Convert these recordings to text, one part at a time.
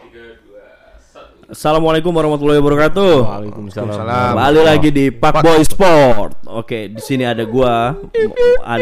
Assalamualaikum warahmatullahi wabarakatuh. Waalaikumsalam. Kembali lagi di Pak Boy Sport. Oke, di sini ada gua, ada.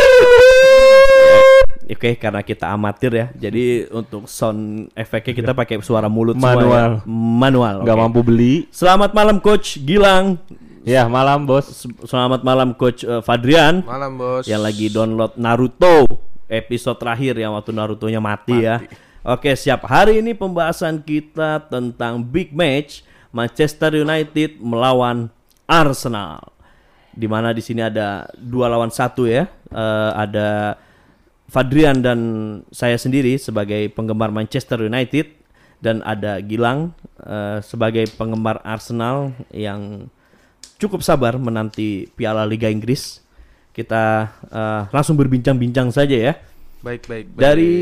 Oke, karena kita amatir ya, jadi untuk sound efeknya kita pakai suara mulut Manual. semua ya. Manual. Gak mampu beli. Selamat malam Coach Gilang. Ya malam bos. Selamat malam Coach Fadrian. Malam bos. Yang lagi download Naruto episode terakhir yang waktu Narutonya mati ya. Oke, siap. Hari ini pembahasan kita tentang big match Manchester United melawan Arsenal. Di mana di sini ada 2 lawan 1 ya. Ada Fadrian dan saya sendiri sebagai penggemar Manchester United, dan ada Gilang sebagai penggemar Arsenal yang cukup sabar menanti Piala Liga Inggris. Kita langsung berbincang-bincang saja ya. Baik. Dari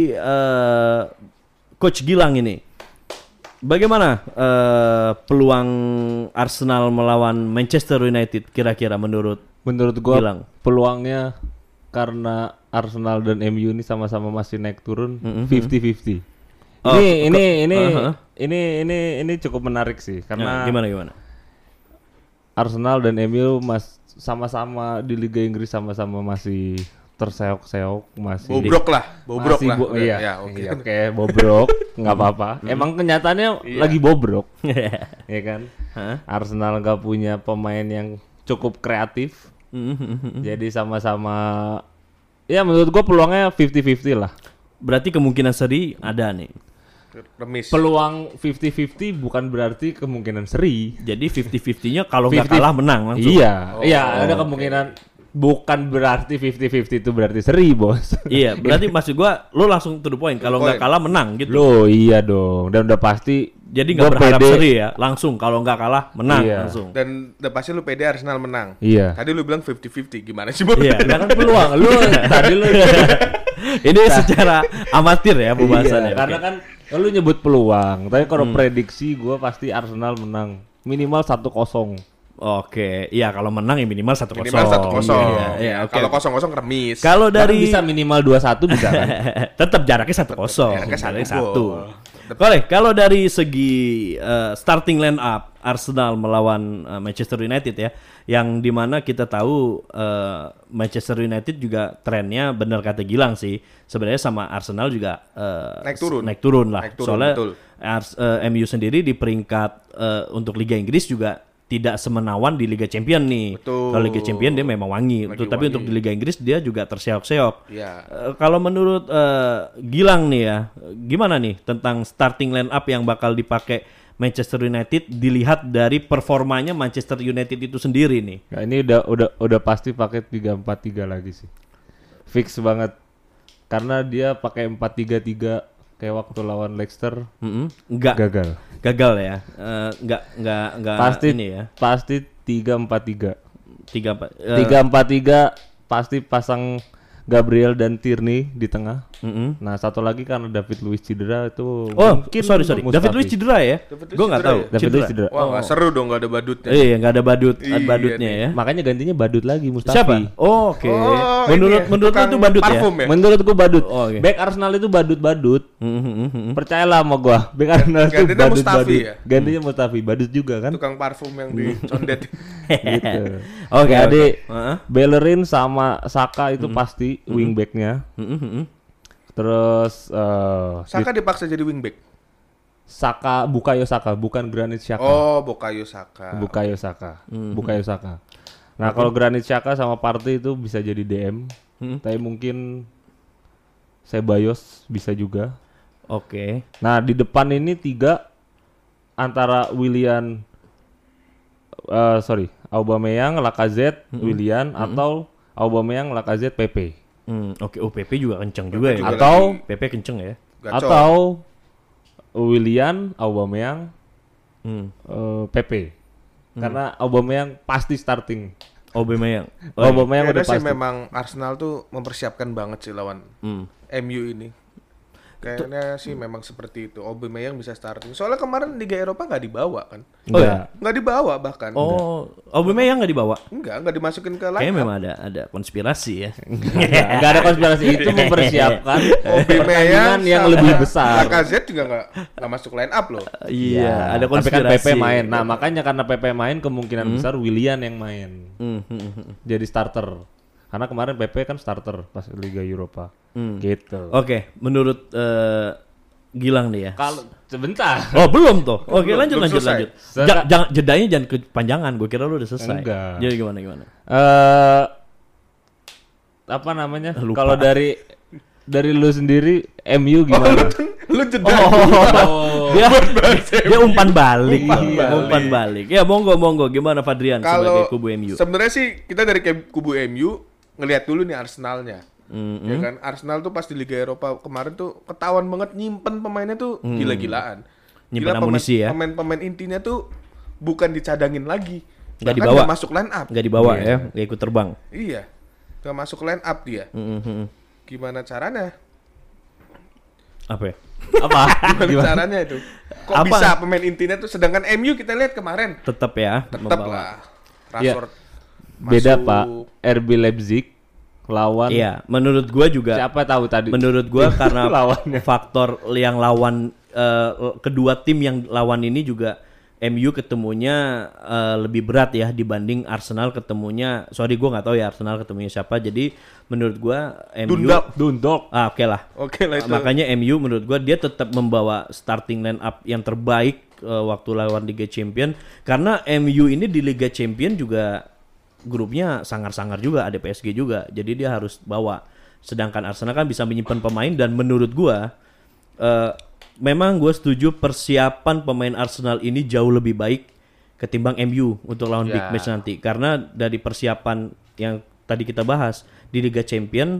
Coach Gilang ini, bagaimana peluang Arsenal melawan Manchester United kira-kira menurut gua Gilang? peluangnya karena Arsenal dan MU ini sama-sama masih naik turun 50-50. Oh, Ini cukup menarik sih karena gimana? Arsenal dan MU sama-sama di Liga Inggris sama-sama masih terseok-seok, masih bobrok lah. Iya, oke. Oke, bobrok, nggak apa-apa. Emang kenyataannya lagi bobrok, ya kan? Arsenal nggak punya pemain yang cukup kreatif, jadi sama-sama. Ya menurut gua peluangnya 50-50 lah. Berarti kemungkinan seri ada nih. Remis. Peluang 50-50 bukan berarti kemungkinan seri. Jadi 50-50-nya kalau nggak kalah menang langsung. Iya, ada kemungkinan. Bukan berarti 50-50 itu berarti seri, bos. Iya, berarti maksud gua lo langsung to the point. Kalau nggak kalah menang gitu. Loh, iya dong. Dan udah pasti. Jadi nggak berharap seri ya, langsung kalau nggak kalah menang langsung. Dan udah pasti lu pede Arsenal menang. Iya. Tadi lu bilang 50-50, gimana sih bos? Iya, Kan peluang lu tadi lu. Ini secara amatir ya pembahasannya. Iya, karena kan lu nyebut peluang, tapi kalau prediksi gua pasti Arsenal menang minimal 1-0. Oke, iya kalau menang ya minimal 1-0. Minimal 1-0. Iya, Kalau 0-0 remis. Kalau dari bisa minimal 2-1 bisa kan? tetap jaraknya 1-0. Jaraknya 1. Boleh, kalau dari segi starting line up Arsenal melawan Manchester United ya, yang dimana kita tahu Manchester United juga trennya benar kata Gilang sih, sebenarnya sama Arsenal juga naik turun lah. Soalnya MU sendiri di peringkat untuk Liga Inggris juga tidak semenawan di Liga Champion nih. Kalau Liga Champion dia memang wangi. Tapi untuk di Liga Inggris dia juga terseok-seok. Ya. Kalau menurut Gilang nih ya, gimana nih tentang starting line up yang bakal dipakai Manchester United dilihat dari performanya Manchester United itu sendiri nih? Nah, ini udah pasti pakai 3-4-3 lagi sih. Fix banget. Karena dia pakai 4-3-3 kayak waktu lawan Leicester. Gagal ya. Enggak pasti ini ya. Pasti 3-4-3. 3-4 3-4-3 pasti pasang Gabriel dan Tierney di tengah. Nah, satu lagi karena David Luiz cedera itu. Mungkin sorry. David Luiz cedera ya? Gue nggak tahu. David Luiz cedera. Wah, nggak seru dong, nggak ada badutnya. Iya, nggak ada badutnya ya. Makanya gantinya badut lagi, Mustafi. Siapa? Oke. Menurut lu itu badut ya? Menurut gua badut. Okay. Back Arsenal itu badut. Percayalah sama gua. Back Arsenal itu badut. Ya? Gantinya Mustafi, badut juga kan? Tukang parfum yang dicondet. Gitu. Oke, adik. Bellerin sama Saka itu pasti wingbacknya. Terus Saka dipaksa jadi wingback. Bukayo Saka, bukan Granit Xhaka. Oh, Bukayo Saka. Bukayo Saka. Nah, kalau Granit Xhaka sama Partey itu bisa jadi DM. Tapi mungkin Ceballos bisa juga. Oke. Nah, di depan ini 3 antara Aubameyang, Lacazette, Willian atau Aubameyang, Lacazette, Pepe. Oke, PP juga kenceng juga ya. Atau PP kenceng ya. Atau Willian, Aubameyang, Pepe. Karena Aubameyang pasti starting. Aubameyang Udah udah sih pasti. memang Arsenal tuh mempersiapkan banget sih lawan MU ini. Kayaknya sih memang seperti itu. Aubameyang bisa starting. Soalnya kemarin Liga Eropa nggak dibawa kan? Oh ya. Nggak dibawa bahkan. Oh, Aubameyang nggak dibawa. Nggak dimasukin ke Kayaknya line memang ada konspirasi ya. Enggak ada konspirasi, itu mempersiapkan pertandingan yang sama lebih besar. Lacazette juga nggak masuk line up loh. Iya, ada Tapi kan konspirasi. PP main. Nah, makanya karena PP main kemungkinan besar Willian yang main. Jadi starter. Karena kemarin PP kan starter pas Liga Eropa. Gitu. Oke, menurut Gilang nih ya. Kalau sebentar. Oh, belum tuh. Oke, lanjut. belum selesai. Jangan jedanya jangan kepanjangan. Gue kira lu udah selesai. Enggak. Jadi gimana? Apa namanya? Lupa. Kalau dari lu sendiri MU gimana? Lu jeda. Dia umpan balik. Iya. Umpan balik. Ya, monggo gimana Fadrian sebagai Kalau kubu MU? sebenarnya sih kita dari kubu MU ngelihat dulu nih Arsenalnya. Ya kan Arsenal tuh pas di Liga Eropa kemarin tuh ketahuan banget nyimpen pemainnya tuh gila-gilaan. Nyimpen amunisi ya. Pemain intinya tuh bukan dicadangin lagi. Nggak Bahkan dibawa. nggak masuk line up. Nggak dibawa ya, nggak ikut terbang. Iya. Nggak masuk line up dia. Gimana caranya? Apa ya? Apa? Gimana caranya itu? Kok Apa? bisa pemain intinya tuh sedangkan MU kita lihat kemarin Tetap ya. tetap membawa. lah. Ya. Rashford Beda masuk. Pak. RB Leipzig lawan Iya, menurut gua juga. siapa tahu tadi? Menurut gua karena Lawannya. faktor yang lawan kedua tim yang lawan ini juga MU ketemunya lebih berat ya dibanding Arsenal ketemunya. Sorry gua nggak tahu ya Arsenal ketemunya siapa. Jadi menurut gua MU Dundalk. oke lah. Oke lah itu. Makanya MU menurut gua dia tetap membawa starting line up yang terbaik waktu lawan Liga Champion karena MU ini di Liga Champion juga grupnya sangar-sangar juga, ada PSG juga. Jadi dia harus bawa. Sedangkan Arsenal kan bisa menyimpan pemain dan menurut gua memang gue setuju persiapan pemain Arsenal ini jauh lebih baik ketimbang MU untuk lawan big match nanti. Karena dari persiapan yang tadi kita bahas di Liga Champion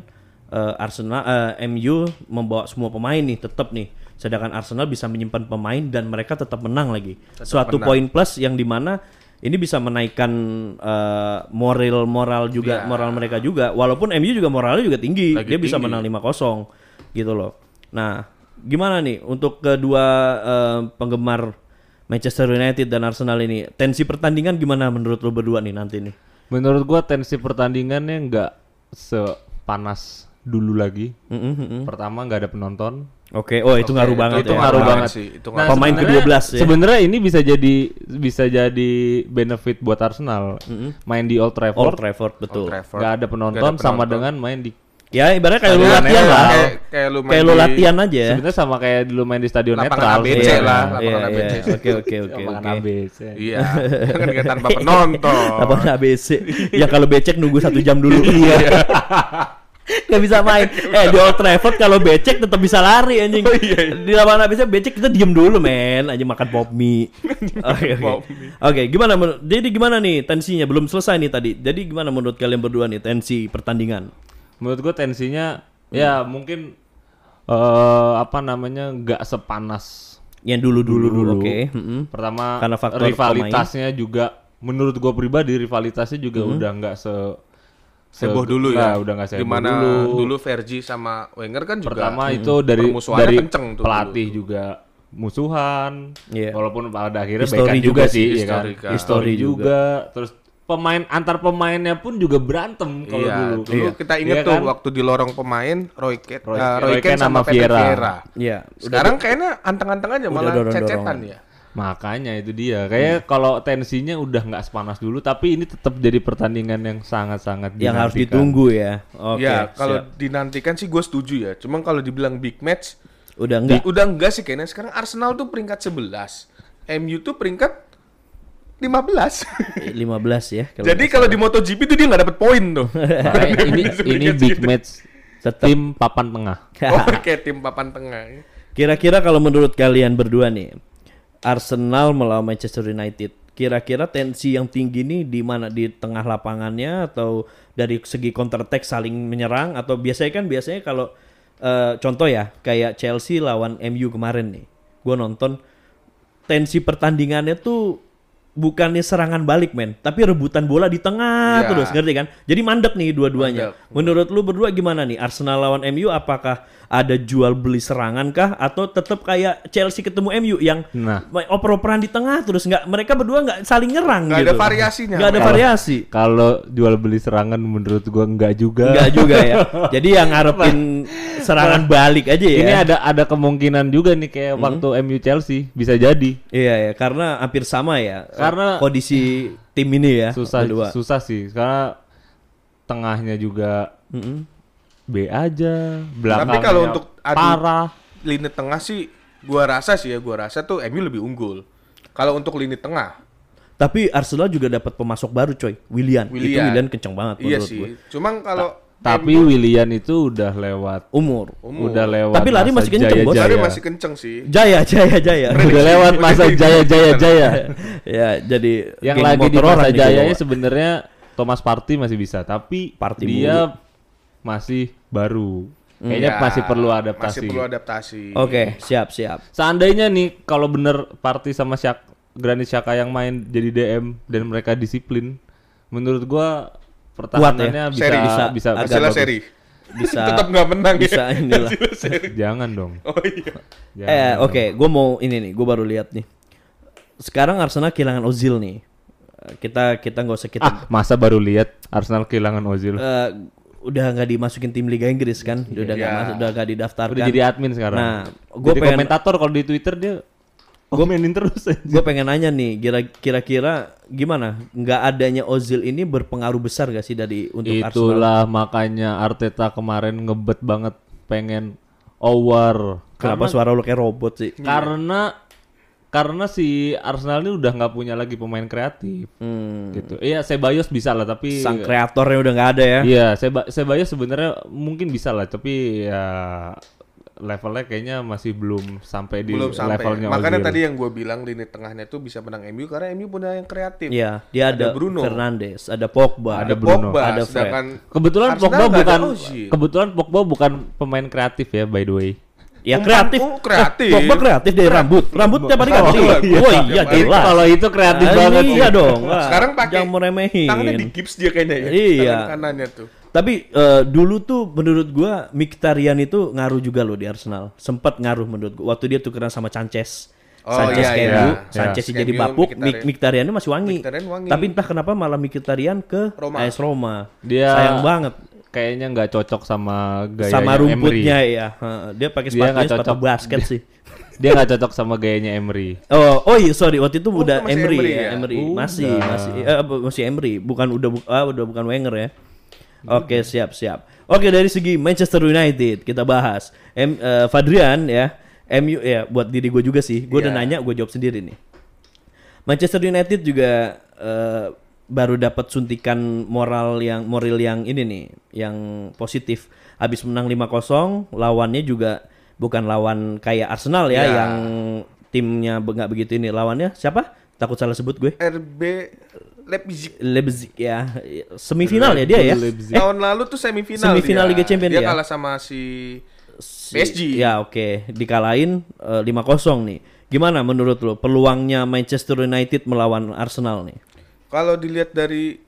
MU membawa semua pemain nih tetap nih. Sedangkan Arsenal bisa menyimpan pemain dan mereka tetap menang lagi. Suatu poin plus yang dimana ini bisa menaikkan moral juga moral mereka juga. Walaupun MU juga moralnya juga tinggi. Dia bisa menang 5-0 gitu loh. Nah, gimana nih untuk kedua penggemar Manchester United dan Arsenal ini? Tensi pertandingan gimana menurut lo berdua nih nanti nih? Menurut gua tensi pertandingannya nggak sepanas dulu lagi. Pertama nggak ada penonton. Oke, itu ngaruh banget itu ya. ngaruh banget sih. Itu Nah, Pemain sebenarnya- ke-12 ya. Sebenarnya ini bisa jadi benefit buat Arsenal. Main di Old Old Trafford, Trafford betul. nggak ada penonton sama dengan main di Ya ibaratnya kayak lu Stadion latihan netral. lah. Kayak lu main Kayak lu di latihan aja. sebenarnya sama kayak dulu main di stadion Lapangan netral. ABC Iya, lah, iya, lapangan ABC. Oke. Lapangan ABC. Iya. Kan nggak tanpa penonton. Lapangan ABC. Yang kalau becek nunggu 1 jam dulu. Iya. Gak bisa main. Di Old Trafford kalau becek tetap bisa lari anjing. Di lapangan ABC becek kita diem dulu men, aja makan pop mie. Oke, gimana jadi gimana nih tensinya? Belum selesai nih tadi. Jadi gimana menurut kalian berdua nih tensi pertandingan? Menurut gue tensinya ya mungkin nggak sepanas Yang dulu. Oke. Pertama Karena faktor rivalitasnya juga menurut gue pribadi rivalitasnya juga udah nggak Heboh dulu ya. Udah nggak seheboh Dimana dulu. dulu Fergie sama Wenger kan juga. Pertama itu dari permusuhannya kenceng tuh pelatih dulu. juga musuhan. Iya. Walaupun pada akhirnya History baikan juga juga sih, ya kan? Historika. History juga. Terus antar pemainnya pun juga berantem kalau Iya, dulu. dulu kita inget Iya tuh kan? waktu di lorong pemain Roy Roy Keane Keane sama sama Pepe Vieira. Vieira. Iya. Sekarang kayaknya anteng-anteng aja malah dorong-dorongan. cecetan ya. Makanya itu dia. Kayak kalau tensinya udah nggak sepanas dulu, tapi ini tetap jadi pertandingan yang sangat-sangat Yang harus dinantikan. ditunggu ya. Oke. Ya, kalau siap. dinantikan sih gue setuju ya. Cuma kalau dibilang big match, Udah enggak? udah enggak sih kayaknya. Sekarang Arsenal tuh peringkat 11, MU tuh peringkat 15. 15 ya. Jadi kalau di MotoGP tuh dia nggak dapet poin tuh. Makanya ini big match Tetap. tim papan tengah. Oke, tim papan tengah. Kira-kira kalau menurut kalian berdua nih, Arsenal melawan Manchester United, kira-kira tensi yang tinggi nih di mana, di tengah lapangannya atau dari segi counter attack saling menyerang, atau biasanya kalau contoh ya kayak Chelsea lawan MU kemarin nih, gue nonton tensi pertandingannya tuh bukannya serangan balik men, tapi rebutan bola di tengah Iya. terus, ngerti kan? Jadi mandek nih dua-duanya. Mandek. Menurut lu berdua gimana nih? Arsenal lawan MU apakah ada jual beli serangan kah atau tetap kayak Chelsea ketemu MU yang Nah. oper-operan di tengah terus mereka berdua nggak saling nyerang Nggak gitu. ada variasinya. Nggak ada variasi. Kalau jual beli serangan menurut gua enggak juga. Enggak juga ya. Jadi yang ngarepin serangan balik aja ya. Ini ada kemungkinan juga nih kayak waktu MU Chelsea bisa jadi. Iya ya, karena hampir sama ya. Karena- kondisi tim ini ya. berdua. Susah sih karena tengahnya juga B aja, belakangnya Tapi kalau untuk adu parah. lini tengah sih, gua rasa tuh MU lebih unggul. Kalau untuk lini tengah, Tapi Arsenal juga dapat pemasok baru coy, Willian. Itu Willian kenceng banget iya menurut sih. gue. Cuman kalau Tapi MU Willian itu udah lewat Umur. udah lewat Tapi lari masa masih kenceng, Bos. lari jaya-jaya. masih kenceng sih. Jaya. Udah lewat masa jaya-jaya. Ya, jadi Yang geng lagi di motor orang masa nih jayanya gua bawa. sebenarnya Thomas Partey masih bisa, tapi Partey dia masih baru. Kayaknya Ya, masih perlu adaptasi. Masih perlu adaptasi. Oke, siap. Seandainya nih kalau bener Partey sama Granit Xhaka yang main jadi DM dan mereka disiplin, menurut gua pertahanannya Kuat bisa ya? bisa Agak Hasilnya bagus. seri. Bisa Tetap nggak menang bisa ya. inilah. Hasilnya seri. Jangan dong. Oh iya. Jangan. Oke, gue mau ini nih, gue baru lihat nih. Sekarang Arsenal kehilangan Ozil nih. Kita nggak usah kita. Masa baru lihat Arsenal kehilangan Ozil. Udah nggak dimasukin tim Liga Inggris kan? Udah nggak Iya. masuk, udah nggak didaftarkan. Udah jadi admin sekarang. Nah, gue jadi pengen komentator kalau di Twitter dia komenin terus aja. gue pengen nanya nih, kira-kira gimana? Nggak adanya Ozil ini berpengaruh besar gak sih untuk Arsenal? Itulah makanya Arteta kemarin ngebet banget pengen Over. Kenapa suara lo kayak robot sih? Karena si Arsenal ini udah nggak punya lagi pemain kreatif. Gitu. Iya, Ceballos bisa lah tapi Sang kreatornya udah nggak ada ya? iya, Ceballos sebenarnya mungkin bisa lah tapi ya levelnya kayaknya masih belum sampai di Belum sampai. levelnya Makanya Ozil. tadi yang gue bilang lini tengahnya tuh bisa menang MU karena MU punya yang kreatif. Iya, dia ada Bruno. Fernandes, ada Pogba, Ada Bruno. Pogba, ada Fred. sedangkan Kebetulan Arsenal Pogba nggak ada bukan Ozil. Pogba bukan pemain kreatif ya by the way. Ya kreatif. kreatif. Pogba kreatif dari rambut tiap hari ganti. Oh, iya. Oh iya Tiap hari. jelas. Kalau itu kreatif banget sih. Iya dong. Wah, Sekarang pakai jangan meremehin. tangannya di gips dia kayaknya ya. Iya. Tangan kanannya tuh. Tapi dulu tuh menurut gua Mkhitaryan itu ngaruh juga loh di Arsenal. Sempat ngaruh menurut gua waktu dia tukeran sama Sanchez. Oh, Sanchez iya, ke iya. MU, Iya. Sanchez jadi MU, bapuk, Mkhitaryan. Mkhitaryan masih wangi. Mkhitaryan wangi. Tapi entah kenapa malah Mkhitaryan ke Roma. AS Roma. Dia Sayang banget. Kayaknya nggak cocok sama gayanya Sama rumputnya Emery. ya. Dia pakai Dia nggak sepatu cocok. basket sih. Dia nggak cocok sama gayanya Emery. Oh iya sorry waktu itu udah masih Emery Emery ya, ya? Emery Udah. masih Emery, bukan udah bukan Wenger ya. Oke, siap. Oke, dari segi Manchester United kita bahas. Fadrian ya, MU ya buat diri gue juga sih. Gue udah Iya. nanya, gue jawab sendiri nih. Manchester United juga baru dapat suntikan moral yang ini nih, yang positif. Habis menang 5-0, lawannya juga bukan lawan kayak Arsenal ya, Iya. yang timnya nggak begitu ini. Lawannya siapa? Takut salah sebut gue. RB Leipzig. Leipzig ya, semifinal ya dia ya. Leipzig. Tahun lalu tuh semifinal Semifinal dia. Liga Champions dia ya? kalah sama si PSG. Ya oke, dikalahin 5-0 nih. Gimana menurut lo peluangnya Manchester United melawan Arsenal nih? Kalau dilihat dari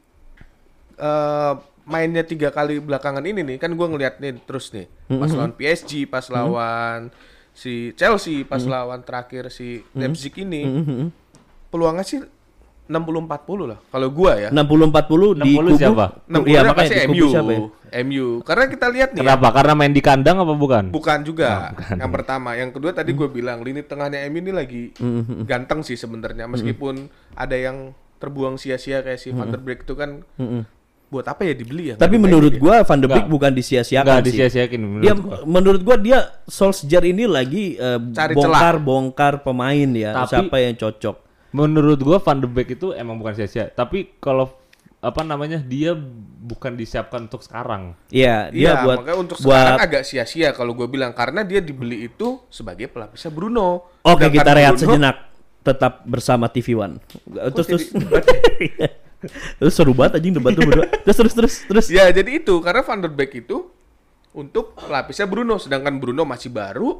mainnya 3 kali belakangan ini nih, kan gue ngeliat nih terus nih, pas lawan PSG, pas lawan si Chelsea, pas lawan terakhir si Leipzig ini, peluangnya sih 60-40 lah. Kalau gue ya, 60-40 di 60 kubu siapa? Iya 60 makanya pasti di kubu MU. siapa ya? MU. Karena kita lihat nih, Kenapa? Karena main di kandang apa bukan? bukan juga. Yang pertama, yang kedua tadi gue bilang lini tengahnya MU ini lagi ganteng sih sebenarnya, meskipun ada yang terbuang sia-sia kayak si Van der Beek itu kan. Buat apa ya dibeli ya? Tapi Nggak menurut dimainin gua Van de Beek Nggak. bukan disia-siakan Nggak sih. disia-siain Dia menurut gua. menurut gua dia Solskjaer ini lagi Cari bongkar pemain ya, Tapi- siapa yang cocok. Menurut gua Van de Beek itu emang bukan sia-sia, tapi kalau apa namanya dia bukan disiapkan untuk sekarang. Iya, dia Iya, buat makanya untuk sekarang agak sia-sia kalau gue bilang karena dia dibeli itu sebagai pelapisnya Bruno. Oke, Sedangkan kita rehat Bruno- sejenak. Tetap bersama TV One. Terus jadi terus seru banget anjing debat tuh berdua. Terus. Ya, jadi itu karena Van der Beek itu untuk pelapisnya Bruno, sedangkan Bruno masih baru,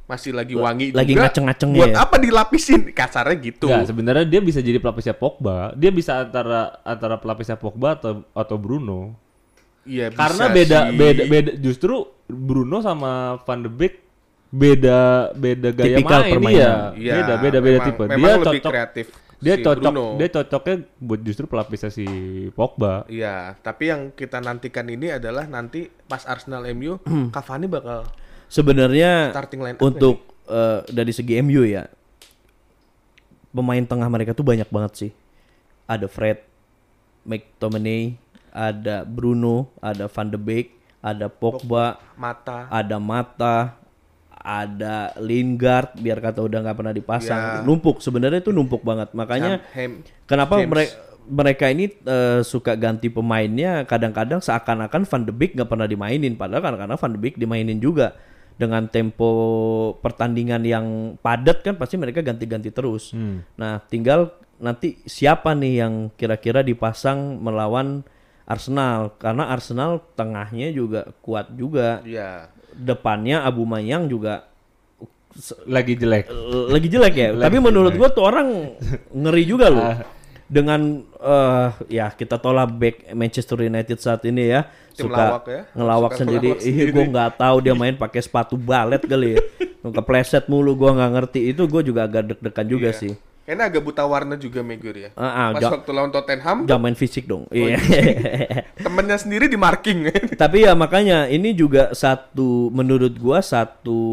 masih lagi wangi lagi juga. ngaceng-ngacengnya Buat ya? apa dilapisin? Kasarnya gitu. Enggak, sebenarnya dia bisa jadi pelapisnya Pogba. Dia bisa antara pelapisnya Pogba atau Bruno. Iya, bisa Karena sih. beda justru Bruno sama Van de Beek beda gaya Tipikal main permainan. iya. Beda memang- tipe. Memang Dia lebih cocok kreatif. dia si cocok Bruno. dia cocoknya buat justru pelapisnya si Pogba. Iya, tapi yang kita nantikan ini adalah nanti pas Arsenal MU, Cavani bakal Sebenarnya starting line up untuk dari segi MU ya, pemain tengah mereka tuh banyak banget sih. Ada Fred, McTominay, ada Bruno, ada Van de Beek, ada Pogba, Mata. ada Mata, ada Lingard, biar kata udah nggak pernah dipasang. Ya. Numpuk, sebenarnya itu numpuk banget. Makanya kenapa mereka ini suka ganti pemainnya kadang-kadang seakan-akan Van de Beek nggak pernah dimainin, padahal kadang-kadang Van de Beek dimainin juga. Dengan tempo pertandingan yang padat kan pasti mereka ganti-ganti terus. Nah, tinggal nanti siapa nih yang kira-kira dipasang melawan Arsenal, karena Arsenal tengahnya juga kuat juga. Iya. Depannya Aubameyang juga Lagi jelek. lagi jelek ya. Tapi menurut gua tuh orang ngeri juga loh. Dengan ya kita tolak back Manchester United saat ini ya, Tim suka lawak ya. ngelawak Suka sendiri. ngelawak sendiri. Gue nggak tahu dia main pakai sepatu balet kali ya. Kepleset mulu, gua nggak ngerti. Itu gue juga agak deg-degan juga Iya. sih. Kayaknya agak buta warna juga Megur ya. Pas waktu lawan Tottenham, Jangan main fisik dong. Iya. temennya sendiri di marking. Tapi ya makanya ini juga satu menurut gua satu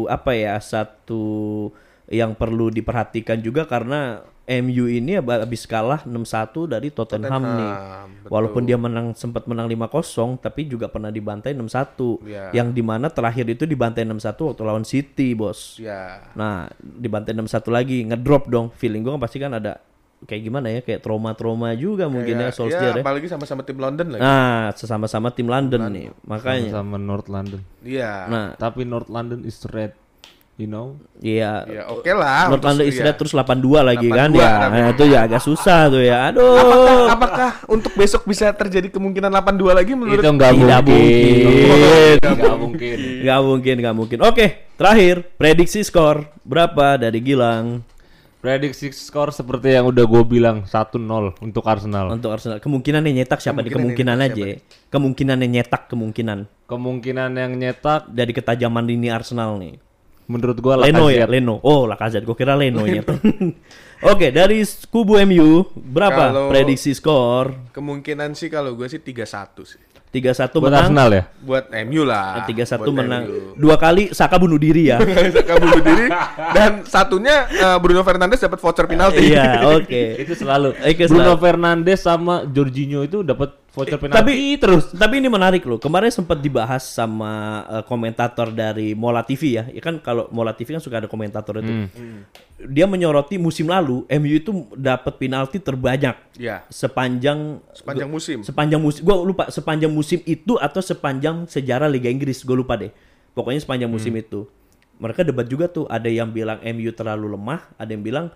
yang perlu diperhatikan juga, karena MU ini habis kalah 6-1 dari Tottenham nih. betul. Walaupun dia sempat menang 5-0 tapi juga pernah dibantai 6-1. Iya. Yang dimana terakhir itu dibantai 6-1 waktu lawan City, Bos. Ya. Nah, dibantai 6-1 lagi, ngedrop dong. Feeling gua kan pasti kan ada kayak gimana ya, kayak trauma-trauma juga mungkin ya Solskjaer ya. Apalagi sama-sama tim London lagi. Nah, sesama-sama tim London nih. Makanya. Sama North London. Iya. Nah, Tapi North London is red, you know. iya. Ya oke lah. North untuk- London iya. Israel terus 82 lagi kan 82, ya. Nah, itu ya agak susah tuh ya. Aduh. Apakah untuk besok bisa terjadi kemungkinan 82 lagi menurut Itu nggak Tidak mungkin. Nggak mungkin. Nggak mungkin. Oke, terakhir prediksi skor berapa dari Gilang Prediksi skor seperti yang udah gue bilang 1-0 untuk Arsenal. untuk Arsenal? Kemungkinannya nyetak siapa nih? Kemungkinan aja. Kemungkinannya nyetak Kemungkinan yang nyetak dari ketajaman lini Arsenal nih. menurut gue Leno ya, Leno. Oh, Lacazette. Gue kira Leno nyetak. Oke, dari kubu MU berapa Kalau- prediksi skor? kemungkinan sih kalau gue sih 3-1 sih. 3-1 buat menang. Arsenal ya. Buat MU lah. 3-1 Buat menang. MU. 2 kali Saka bunuh diri ya. Saka bunuh diri dan satunya Bruno Fernandes dapat voucher penalti. Iya, oke. Itu selalu. Oke, Bruno selalu. Fernandes sama Jorginho itu dapat voucher penalti Tapi terus. Tapi ini menarik loh. Kemarin sempat dibahas sama komentator dari Mola TV ya. Ya kan kalau Mola TV kan suka ada komentator itu. Dia menyoroti musim lalu MU itu dapat penalti terbanyak Iya. sepanjang Musim. sepanjang musim. Gua lupa sepanjang musim itu atau sepanjang sejarah Liga Inggris. Gue lupa deh. Pokoknya sepanjang musim itu. Mereka debat juga tuh. Ada yang bilang MU terlalu lemah. Ada yang bilang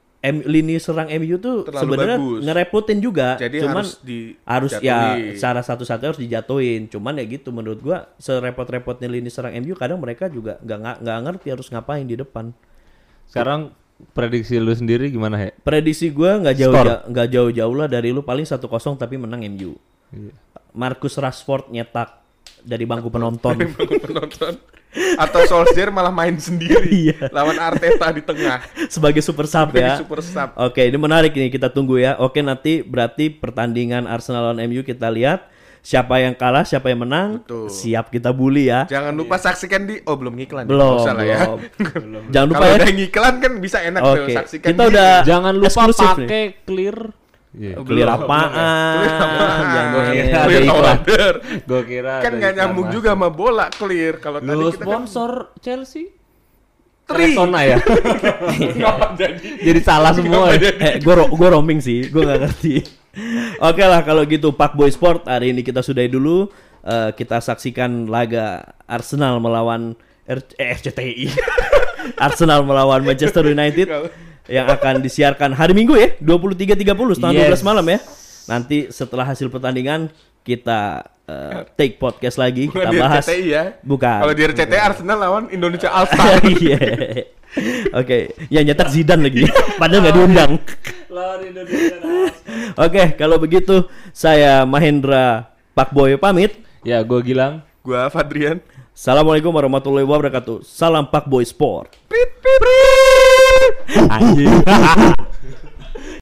lini serang MU tuh Terlalu sebenarnya bagus. ngerepotin juga. Jadi Cuman harus ya dijatuhin. cara satu-satunya harus dijatuhin. Cuman ya gitu menurut gua serepot-repotnya lini serang MU kadang mereka juga nggak ngerti harus ngapain di depan. Sekarang prediksi lu sendiri gimana, He? Prediksi gua nggak jauh-jauh lah dari lu, paling 1-0 tapi menang MU. Marcus Rashford nyetak dari bangku penonton. Penonton atau Solskjaer malah main sendiri Iya. lawan Arteta di tengah Sebagai super sub sebagai ya. super sub. Oke, ini menarik nih, kita tunggu ya. Oke, nanti berarti pertandingan Arsenal lawan MU kita lihat siapa yang kalah, siapa yang menang. Betul. Siap kita bully ya. Jangan lupa saksikan belum ngiklan ya? Belum, Nggak usah lah ya. belum. Jangan lupa Kalau ya. udah ngiklan kan bisa enak tuh Oke, saksikan kita di- udah Jangan lupa eksklusif nih. pakai clear. Iya. Clear apaan? Jangan Gua kira ada clear iklan. order. Gue kira Kan ada nggak iklan nyambung masuk. juga sama bola clear kalau tadi Lu kita kan sponsor Chelsea? Tri. Rexona ya? Jadi salah semua ya? Gue roaming sih, gue nggak ngerti. Oke lah kalau gitu Pak Boy Sport hari ini kita sudahi dulu. Kita saksikan laga Arsenal melawan RCTI. Arsenal melawan Manchester United yang akan disiarkan hari Minggu ya 23.30 setengah 12 malam ya. Nanti setelah hasil pertandingan kita take podcast lagi, Bukan kita di bahas. RCTI ya. Bukan. Kalau di RCTI Arsenal lawan Indonesia All Star. Iya. Oke, yang nyetak Zidane lagi. Padahal nggak diundang. Lawan Indonesia. Oke, kalau begitu saya Mahendra Pakboy pamit. Ya, gue Gilang. Gua Fadrian. Assalamualaikum warahmatullahi wabarakatuh. Salam Pakboy Sport. Prit prit. Anjing.